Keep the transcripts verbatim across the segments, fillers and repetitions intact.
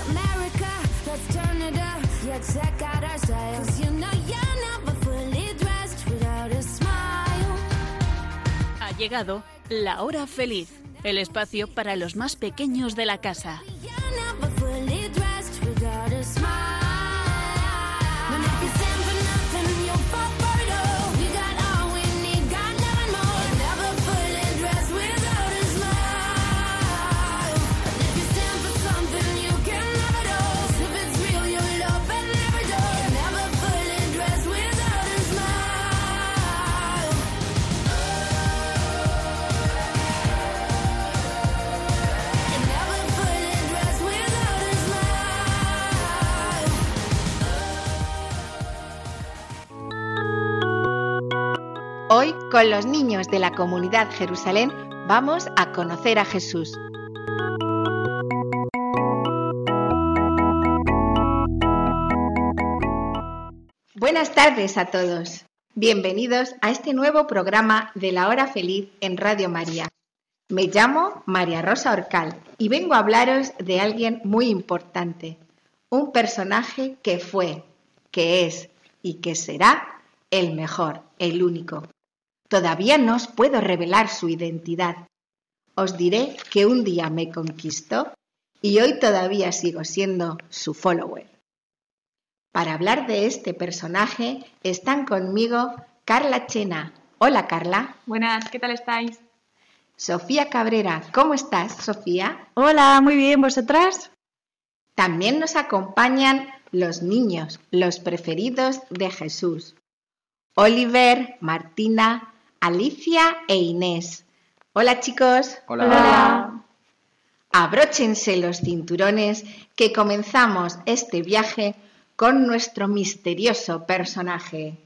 America, let's turn it up. Yeah, check out our style. 'Cause you know you're never fully dressed without a smile. Ha llegado La Hora Feliz, el espacio para los más pequeños de la casa. You're never fully dressed without a smile. And if you stand for nothing, you'll fall for it all. We got all we need, got nothing more. You're never fully dressed without a smile. And if you stand for something, you can have it all. If it's real, you'll open every door. You're never fully dressed without a smile. You're never fully dressed without a smile. Hoy, con los niños de la comunidad Jerusalén, vamos a conocer a Jesús. Buenas tardes a todos. Bienvenidos a este nuevo programa de La Hora Feliz en Radio María. Me llamo María Rosa Orcal y vengo a hablaros de alguien muy importante, un personaje que fue, que es y que será el mejor, el único. Todavía no os puedo revelar su identidad. Os diré que un día me conquistó y hoy todavía sigo siendo su follower. Para hablar de este personaje están conmigo Carla Chena. Hola, Carla. Buenas, ¿qué tal estáis? Sofía Cabrera. ¿Cómo estás, Sofía? Hola, muy bien, ¿vosotras? También nos acompañan los niños, los preferidos de Jesús. Oliver, Martina, Alicia e Inés. Hola, chicos. Hola. Hola. Abróchense los cinturones que comenzamos este viaje con nuestro misterioso personaje.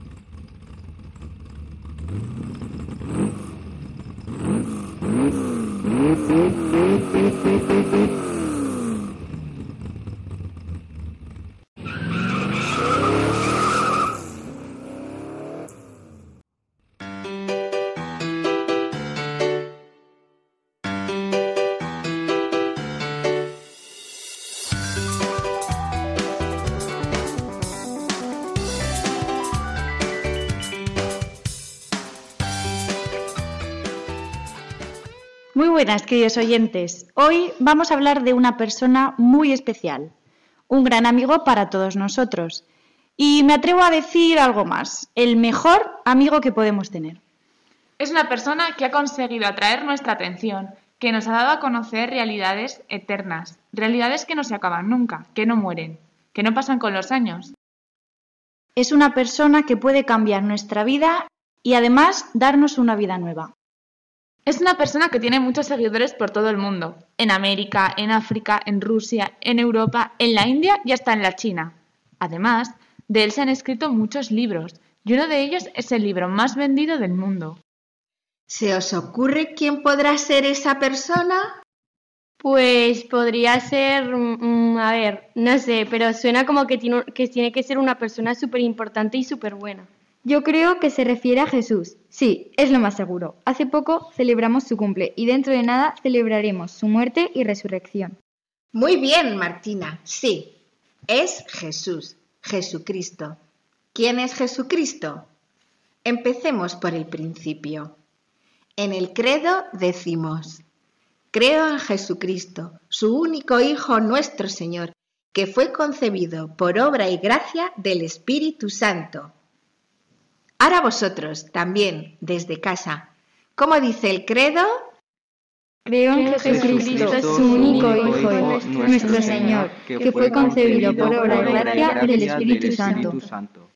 Muy buenas, queridos oyentes. Hoy vamos a hablar de una persona muy especial, un gran amigo para todos nosotros. Y me atrevo a decir algo más, el mejor amigo que podemos tener. Es una persona que ha conseguido atraer nuestra atención, que nos ha dado a conocer realidades eternas, realidades que no se acaban nunca, que no mueren, que no pasan con los años. Es una persona que puede cambiar nuestra vida y además darnos una vida nueva. Es una persona que tiene muchos seguidores por todo el mundo, en América, en África, en Rusia, en Europa, en la India y hasta en la China. Además, de él se han escrito muchos libros, y uno de ellos es el libro más vendido del mundo. ¿Se os ocurre quién podrá ser esa persona? Pues podría ser, mm, a ver, no sé, pero suena como que tiene, que tiene que ser una persona súper importante y súper buena. Yo creo que se refiere a Jesús. Sí, es lo más seguro. Hace poco celebramos su cumple y dentro de nada celebraremos su muerte y resurrección. Muy bien, Martina. Sí, es Jesús, Jesucristo. ¿Quién es Jesucristo? Empecemos por el principio. En el credo decimos: creo en Jesucristo, su único Hijo nuestro Señor, que fue concebido por obra y gracia del Espíritu Santo. Ahora vosotros, también, desde casa, ¿cómo dice el credo? Creo en Jesucristo, su único Hijo, nuestro Señor, que fue concebido por obra y gracia del Espíritu Santo.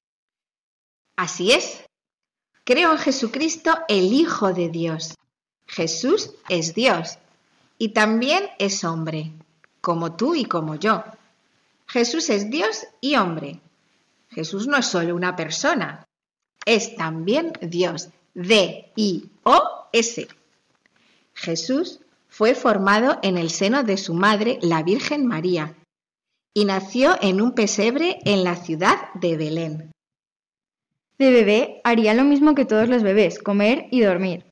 Así es. Creo en Jesucristo, el Hijo de Dios. Jesús es Dios y también es hombre, como tú y como yo. Jesús es Dios y hombre. Jesús no es solo una persona. Es también Dios, D I O S. Jesús fue formado en el seno de su madre, la Virgen María, y nació en un pesebre en la ciudad de Belén. De bebé haría lo mismo que todos los bebés, comer y dormir.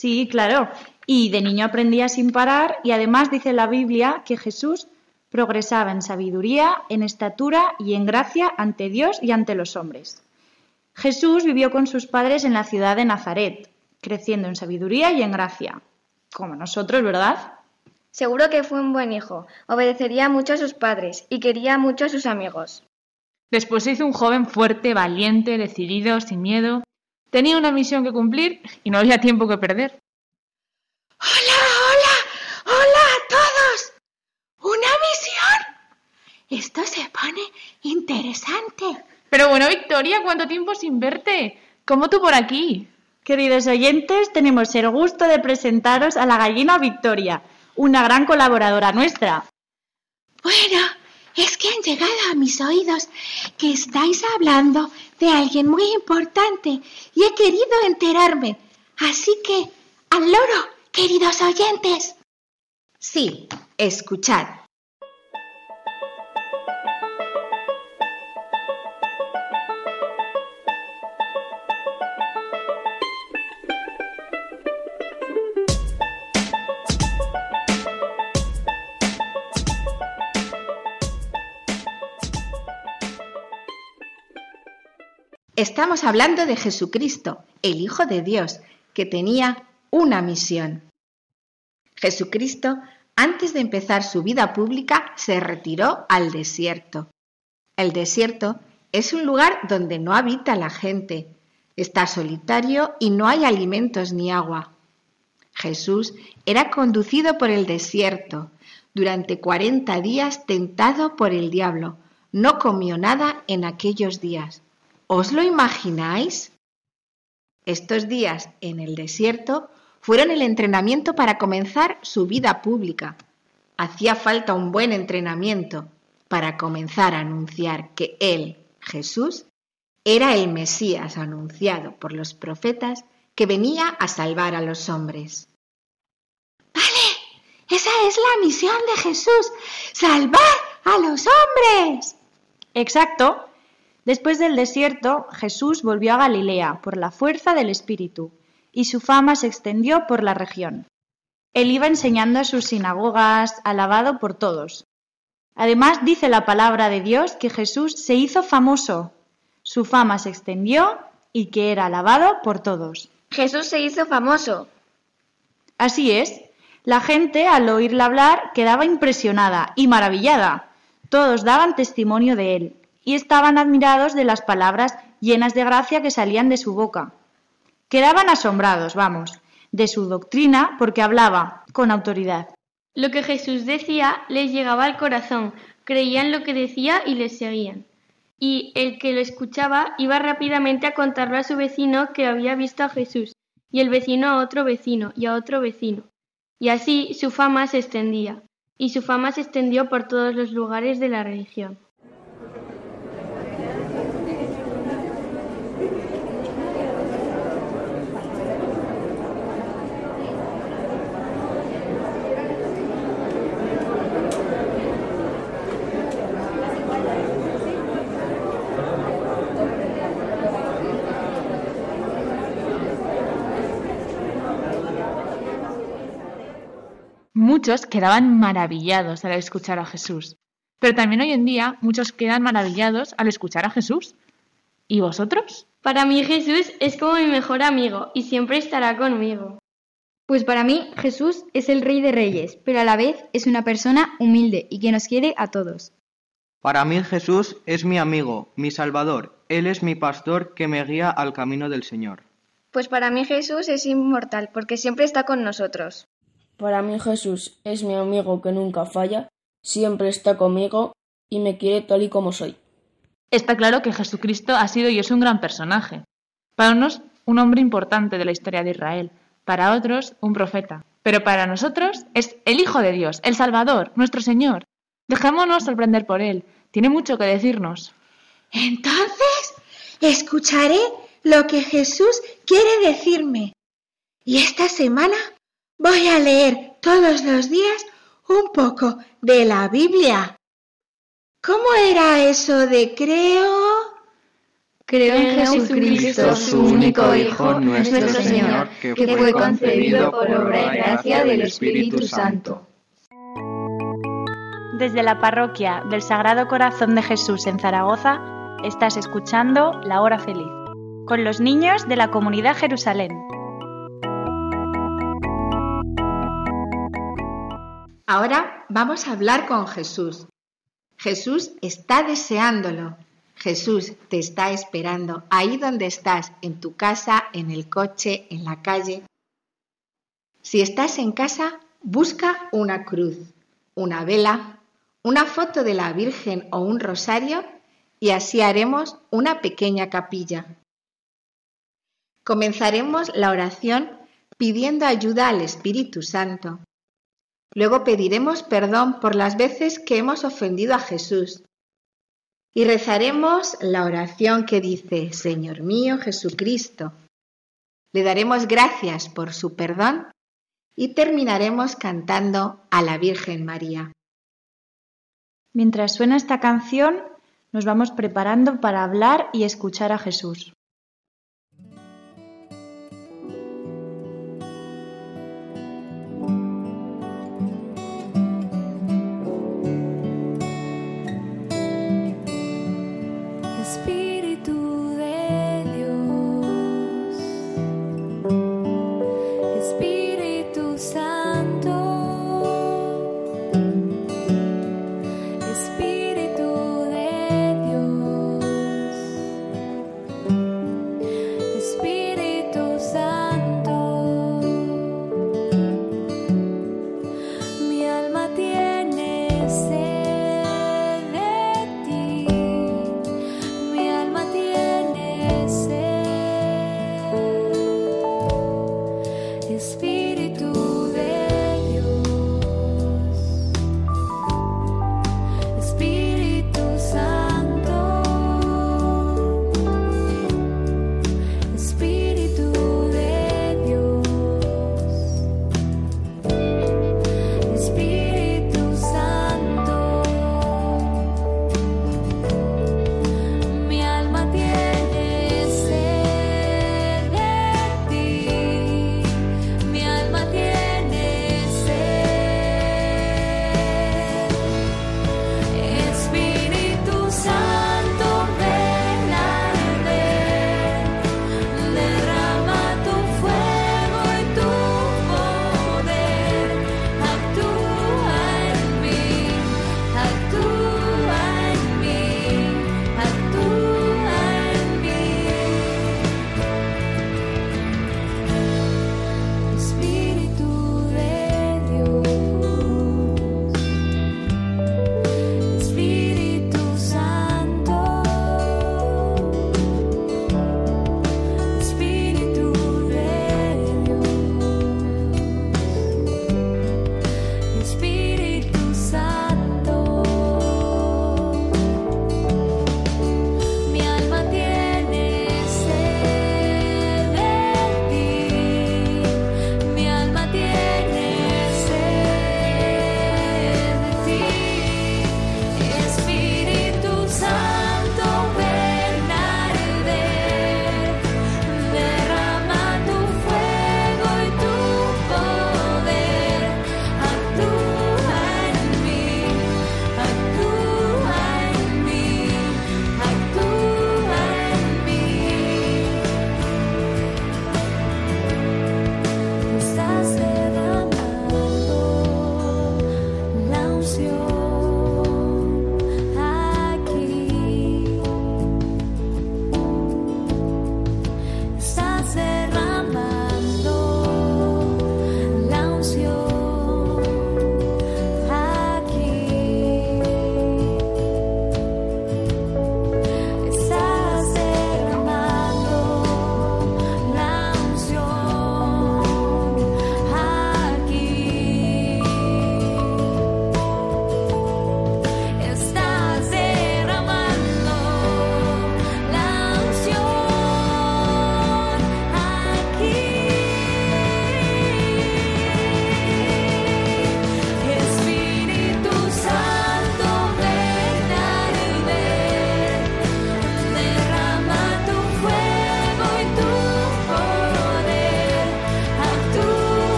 Sí, claro. Y de niño aprendía sin parar y además dice la Biblia que Jesús progresaba en sabiduría, en estatura y en gracia ante Dios y ante los hombres. Jesús vivió con sus padres en la ciudad de Nazaret, creciendo en sabiduría y en gracia. Como nosotros, ¿verdad? Seguro que fue un buen hijo. Obedecería mucho a sus padres y quería mucho a sus amigos. Después se hizo un joven fuerte, valiente, decidido, sin miedo. Tenía una misión que cumplir y no había tiempo que perder. ¡Hola, hola! ¡Hola a todos! ¿Una misión? Esto se pone interesante. Pero bueno, Victoria, ¿cuánto tiempo sin verte? ¿Cómo tú por aquí? Queridos oyentes, tenemos el gusto de presentaros a la gallina Victoria, una gran colaboradora nuestra. Bueno, es que han llegado a mis oídos que estáis hablando de alguien muy importante y he querido enterarme. Así que, al loro, queridos oyentes. Sí, escuchad. Estamos hablando de Jesucristo, el Hijo de Dios, que tenía una misión. Jesucristo, antes de empezar su vida pública, se retiró al desierto. El desierto es un lugar donde no habita la gente, está solitario y no hay alimentos ni agua. Jesús era conducido por el desierto, durante cuarenta días tentado por el diablo. No comió nada en aquellos días. ¿Os lo imagináis? Estos días en el desierto fueron el entrenamiento para comenzar su vida pública. Hacía falta un buen entrenamiento para comenzar a anunciar que Él, Jesús, era el Mesías anunciado por los profetas que venía a salvar a los hombres. Vale, esa es la misión de Jesús, salvar a los hombres. Exacto. Después del desierto, Jesús volvió a Galilea por la fuerza del Espíritu, y su fama se extendió por la región. Él iba enseñando a sus sinagogas, alabado por todos. Además, dice la palabra de Dios que Jesús se hizo famoso. Su fama se extendió y que era alabado por todos. Jesús se hizo famoso. Así es. La gente, al oírle hablar, quedaba impresionada y maravillada. Todos daban testimonio de él y estaban admirados de las palabras llenas de gracia que salían de su boca. Quedaban asombrados, vamos, de su doctrina porque hablaba con autoridad. Lo que Jesús decía les llegaba al corazón, creían lo que decía y les seguían. Y el que lo escuchaba iba rápidamente a contarlo a su vecino que había visto a Jesús, y el vecino a otro vecino y a otro vecino. Y así su fama se extendía, y su fama se extendió por todos los lugares de la región. Muchos quedaban maravillados al escuchar a Jesús, pero también hoy en día muchos quedan maravillados al escuchar a Jesús. ¿Y vosotros? Para mí Jesús es como mi mejor amigo y siempre estará conmigo. Pues para mí Jesús es el Rey de Reyes, pero a la vez es una persona humilde y que nos quiere a todos. Para mí Jesús es mi amigo, mi Salvador. Él es mi pastor que me guía al camino del Señor. Pues para mí Jesús es inmortal porque siempre está con nosotros. Para mí Jesús es mi amigo que nunca falla, siempre está conmigo y me quiere tal y como soy. Está claro que Jesucristo ha sido y es un gran personaje. Para unos, un hombre importante de la historia de Israel. Para otros, un profeta. Pero para nosotros es el Hijo de Dios, el Salvador, nuestro Señor. Dejémonos sorprender por Él. Tiene mucho que decirnos. Entonces, escucharé lo que Jesús quiere decirme. Y esta semana voy a leer todos los días un poco de la Biblia. ¿Cómo era eso de creo? Creo en Jesucristo, su único Hijo, nuestro Señor, que fue concebido por obra y gracia del Espíritu Santo. Desde la parroquia del Sagrado Corazón de Jesús en Zaragoza, estás escuchando La Hora Feliz, con los niños de la Comunidad Jerusalén. Ahora vamos a hablar con Jesús. Jesús está deseándolo. Jesús te está esperando ahí donde estás, en tu casa, en el coche, en la calle. Si estás en casa, busca una cruz, una vela, una foto de la Virgen o un rosario y así haremos una pequeña capilla. Comenzaremos la oración pidiendo ayuda al Espíritu Santo. Luego pediremos perdón por las veces que hemos ofendido a Jesús. Y rezaremos la oración que dice: Señor mío Jesucristo. Le daremos gracias por su perdón y terminaremos cantando a la Virgen María. Mientras suena esta canción, nos vamos preparando para hablar y escuchar a Jesús. Espíritu de Dios, Espíritu Santo, Espíritu de Dios,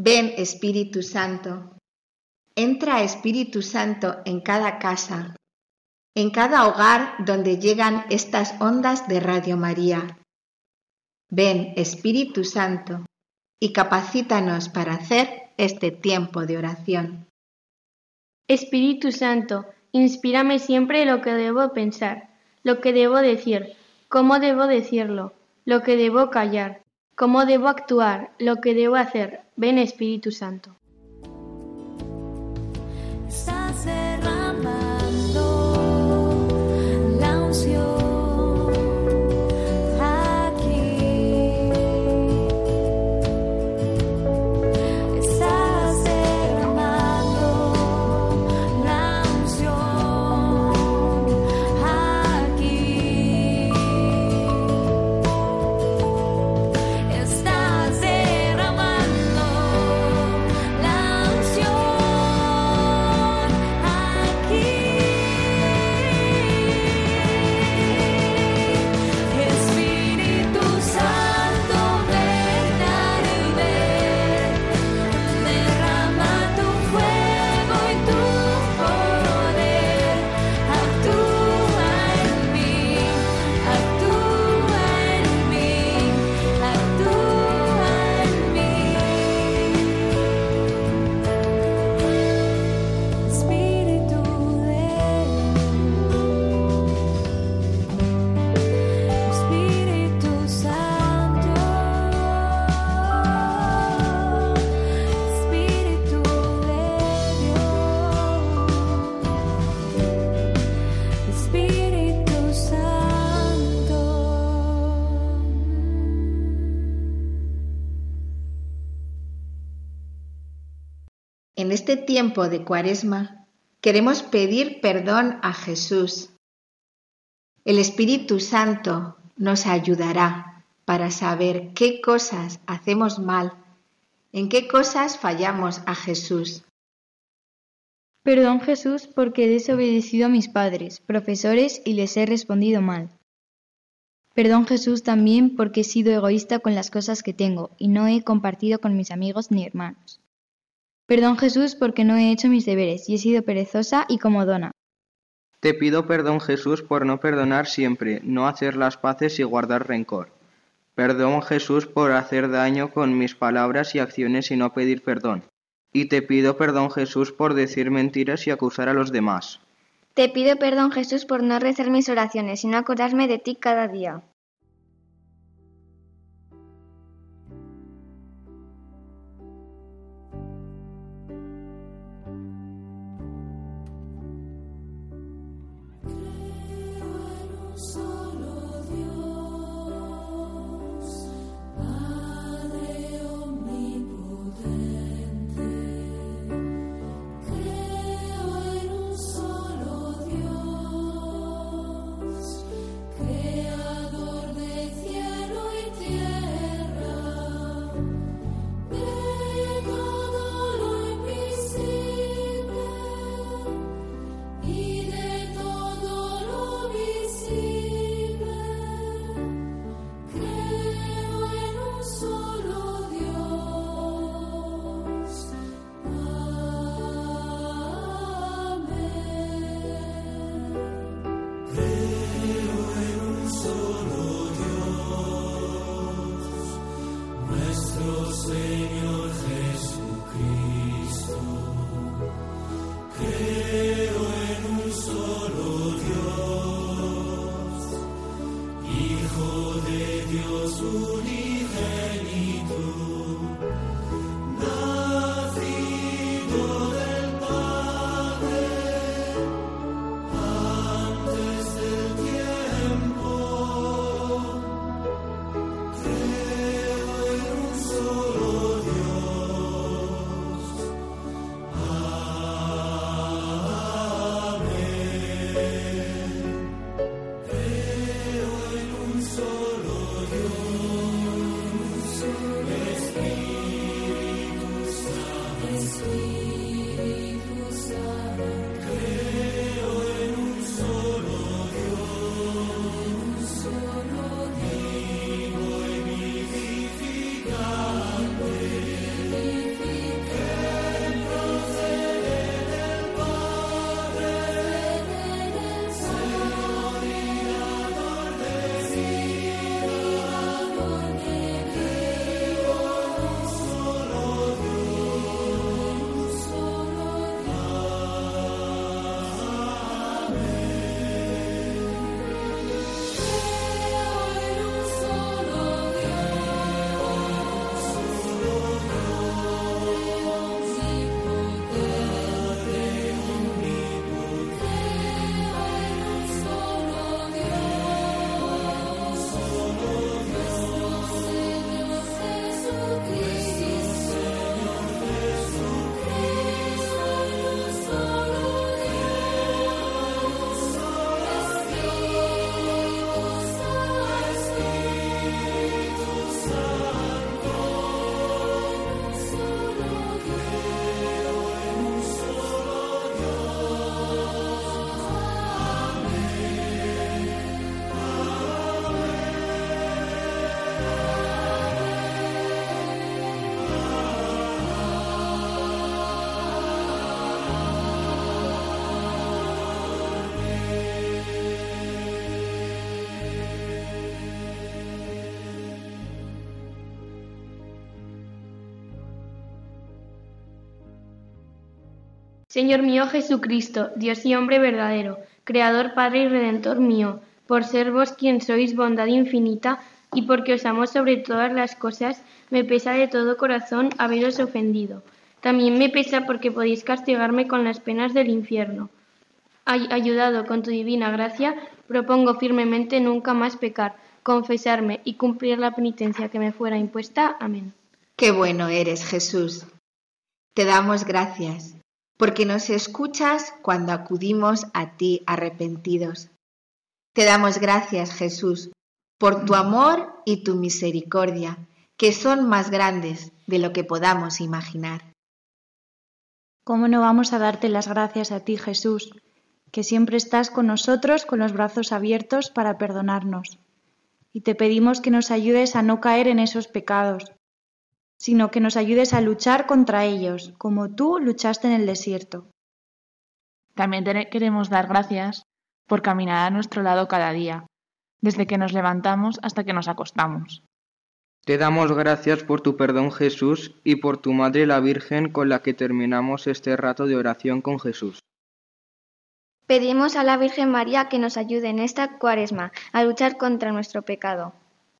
Ven, Espíritu Santo. Entra, Espíritu Santo, en cada casa, en cada hogar donde llegan estas ondas de Radio María. Ven, Espíritu Santo, y capacítanos para hacer este tiempo de oración. Espíritu Santo, inspírame siempre lo que debo pensar, lo que debo decir, cómo debo decirlo, lo que debo callar, cómo debo actuar, lo que debo hacer. Ven, Espíritu Santo. Estás derramando la unción. En este tiempo de Cuaresma queremos pedir perdón a Jesús. El Espíritu Santo nos ayudará para saber qué cosas hacemos mal, en qué cosas fallamos a Jesús. Perdón, Jesús, porque he desobedecido a mis padres, profesores y les he respondido mal. Perdón, Jesús, también porque he sido egoísta con las cosas que tengo y no he compartido con mis amigos ni hermanos. Perdón, Jesús, porque no he hecho mis deberes y he sido perezosa y comodona. Te pido perdón, Jesús, por no perdonar siempre, no hacer las paces y guardar rencor. Perdón, Jesús, por hacer daño con mis palabras y acciones y no pedir perdón. Y te pido perdón, Jesús, por decir mentiras y acusar a los demás. Te pido perdón, Jesús, por no rezar mis oraciones y no acordarme de ti cada día. Solo Señor mío Jesucristo, Dios y hombre verdadero, Creador, Padre y Redentor mío, por ser vos quien sois bondad infinita y porque os amo sobre todas las cosas, me pesa de todo corazón haberos ofendido. También me pesa porque podéis castigarme con las penas del infierno. Ay- ayudado con tu divina gracia, propongo firmemente nunca más pecar, confesarme y cumplir la penitencia que me fuera impuesta. Amén. Qué bueno eres, Jesús. Te damos gracias, porque nos escuchas cuando acudimos a ti arrepentidos. Te damos gracias, Jesús, por tu amor y tu misericordia, que son más grandes de lo que podamos imaginar. ¿Cómo no vamos a darte las gracias a ti, Jesús, que siempre estás con nosotros con los brazos abiertos para perdonarnos? Y te pedimos que nos ayudes a no caer en esos pecados, sino que nos ayudes a luchar contra ellos, como tú luchaste en el desierto. También te queremos dar gracias por caminar a nuestro lado cada día, desde que nos levantamos hasta que nos acostamos. Te damos gracias por tu perdón, Jesús, y por tu Madre la Virgen con la que terminamos este rato de oración con Jesús. Pedimos a la Virgen María que nos ayude en esta Cuaresma a luchar contra nuestro pecado.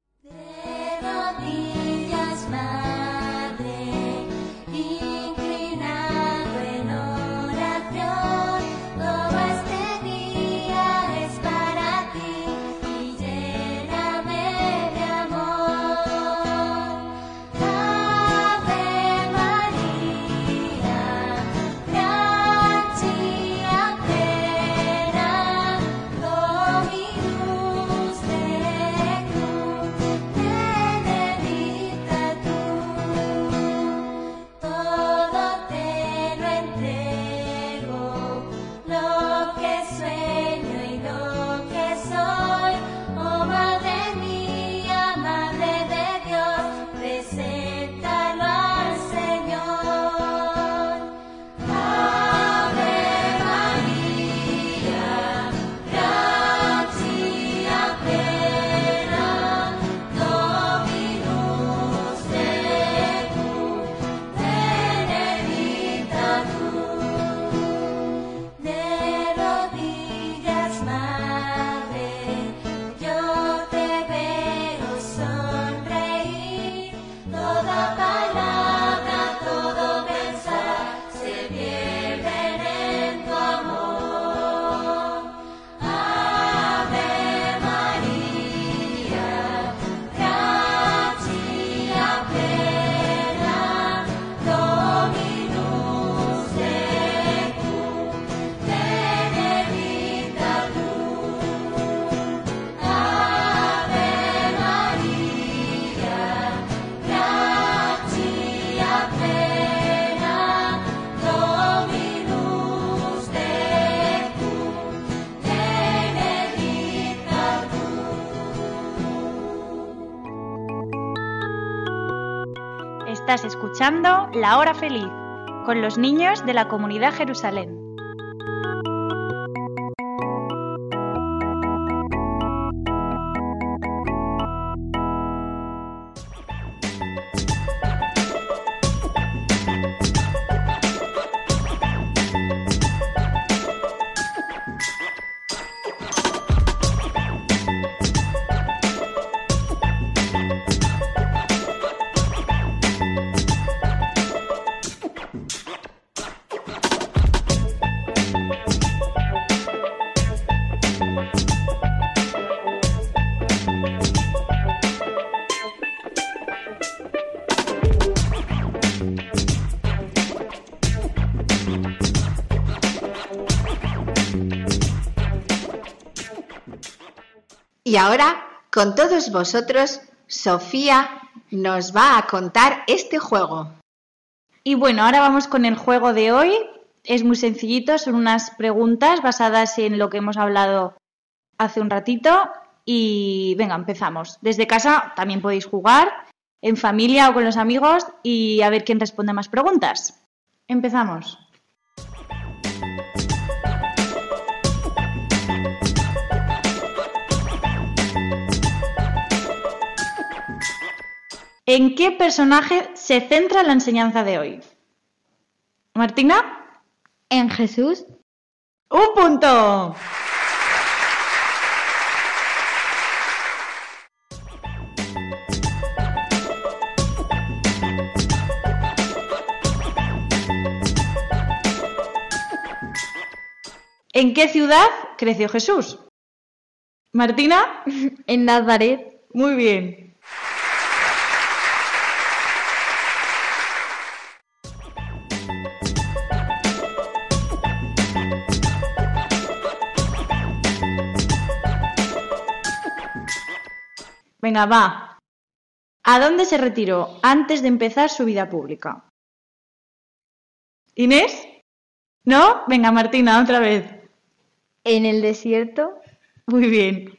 Estás escuchando La Hora Feliz con los niños de la Comunidad Jerusalén. Y ahora, con todos vosotros, Sofía nos va a contar este juego. Y bueno, ahora vamos con el juego de hoy. Es muy sencillito, son unas preguntas basadas en lo que hemos hablado hace un ratito. Y venga, empezamos. Desde casa también podéis jugar, en familia o con los amigos, y a ver quién responde más preguntas. Empezamos. ¿En qué personaje se centra la enseñanza de hoy? ¿Martina? En Jesús. ¡Un punto! ¿En qué ciudad creció Jesús? ¿Martina? En Nazaret. Muy bien. Venga, va. ¿A dónde se retiró antes de empezar su vida pública? ¿Inés? ¿No? Venga, Martina, otra vez. En el desierto. Muy bien.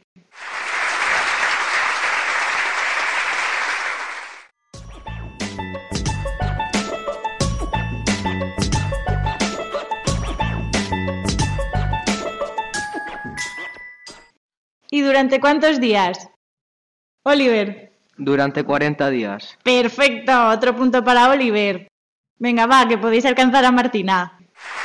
¿Y durante cuántos días? Oliver. Durante cuarenta días. Perfecto, otro punto para Oliver. Venga, va, que podéis alcanzar a Martina.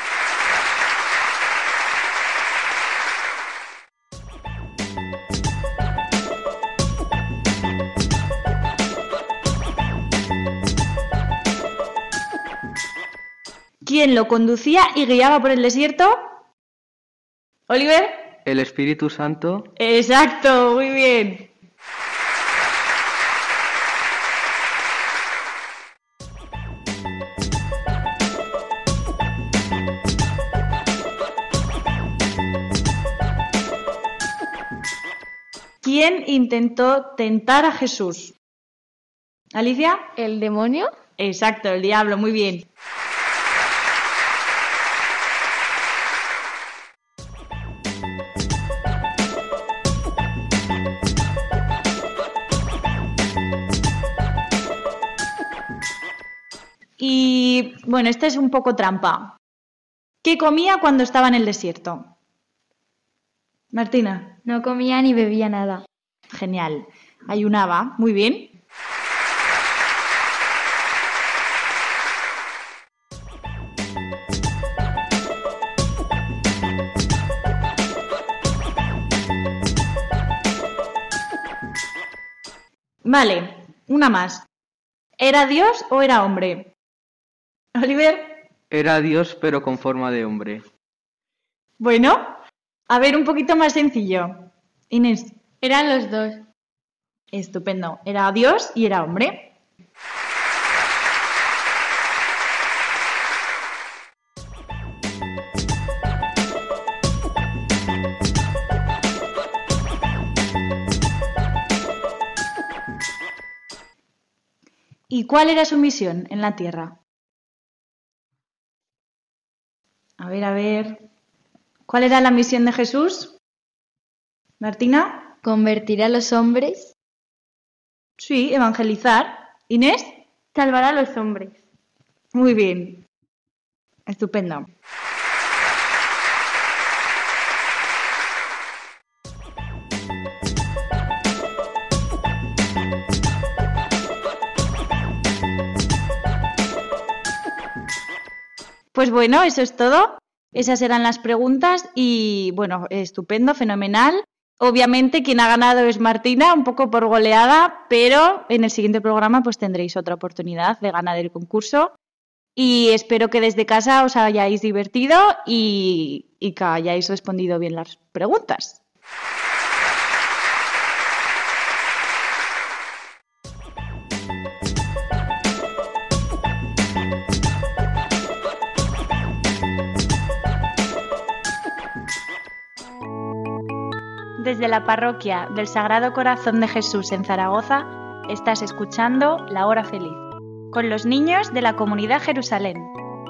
¿Quién lo conducía y guiaba por el desierto? ¿Oliver? El Espíritu Santo. Exacto, muy bien. ¿Quién intentó tentar a Jesús? ¿Alicia? ¿El demonio? Exacto, el diablo, muy bien. Y bueno, esta es un poco trampa. ¿Qué comía cuando estaba en el desierto? Martina. No comía ni bebía nada. Genial. Ayunaba. Muy bien. Vale, una más. ¿Era Dios o era hombre? Oliver. Era Dios, pero con forma de hombre. Bueno, a ver, un poquito más sencillo. Inés. Eran los dos. Estupendo. Era Dios y era hombre. ¿Y cuál era su misión en la tierra? A ver, a ver. ¿Cuál era la misión de Jesús? ¿Martina? ¿Convertir a los hombres? Sí, evangelizar. ¿Inés? Salvar a los hombres. Muy bien. Estupendo. Pues bueno, eso es todo. Esas eran las preguntas y bueno, estupendo, fenomenal. Obviamente quien ha ganado es Martina, un poco por goleada, pero en el siguiente programa pues tendréis otra oportunidad de ganar el concurso. Y espero que desde casa os hayáis divertido y, y que hayáis respondido bien las preguntas. Desde la parroquia del Sagrado Corazón de Jesús en Zaragoza, estás escuchando La Hora Feliz, con los niños de la Comunidad Jerusalén.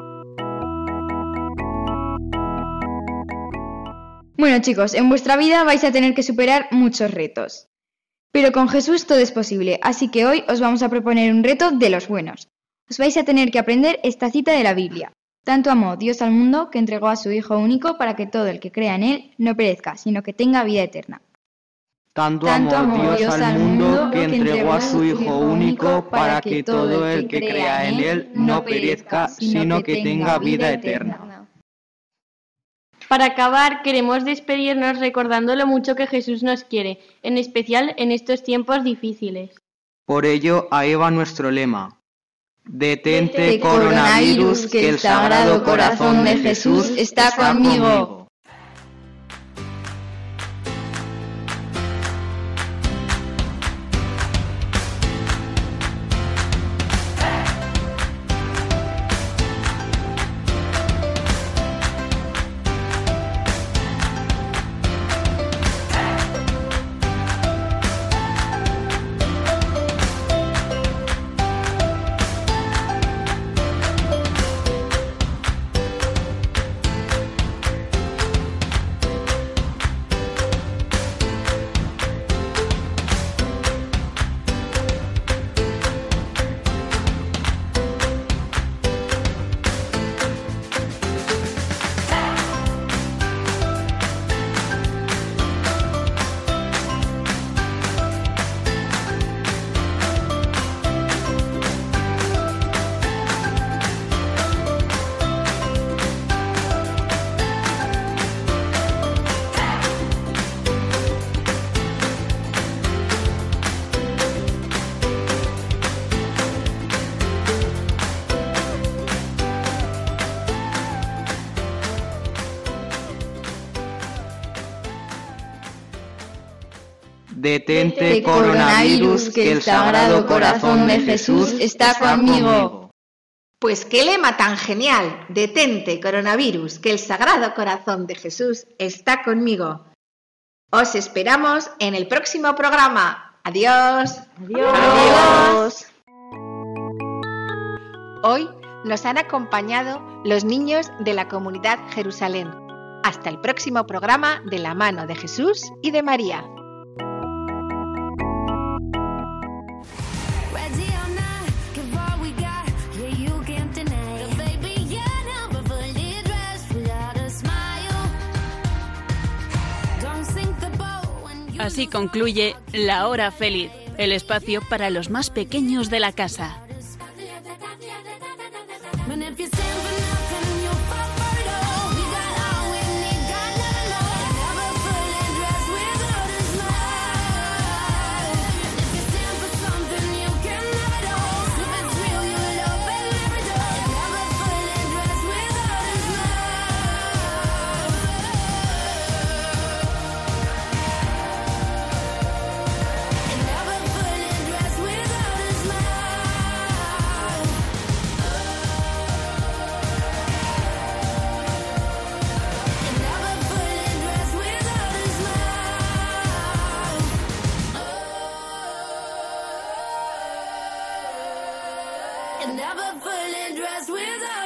Bueno chicos, en vuestra vida vais a tener que superar muchos retos. Pero con Jesús todo es posible, así que hoy os vamos a proponer un reto de los buenos. Os vais a tener que aprender esta cita de la Biblia. Tanto amó Dios al mundo que entregó a su Hijo único para que todo el que crea en Él no perezca, sino que tenga vida eterna. Tanto amó Dios al mundo que entregó a su Hijo único para que todo el que crea en Él no perezca, sino que tenga vida eterna. Para acabar, queremos despedirnos recordando lo mucho que Jesús nos quiere, en especial en estos tiempos difíciles. Por ello, ahí va nuestro lema. Detente, Detente coronavirus, que el Sagrado Corazón de Jesús está conmigo. Detente, coronavirus, que el Sagrado Corazón de Jesús está conmigo. Pues qué lema tan genial. Detente, coronavirus, que el Sagrado Corazón de Jesús está conmigo. Os esperamos en el próximo programa. Adiós. Adiós. Adiós. Hoy nos han acompañado los niños de la comunidad Jerusalén. Hasta el próximo programa de la mano de Jesús y de María. Así concluye La Hora Feliz, el espacio para los más pequeños de la casa. Never fully dressed with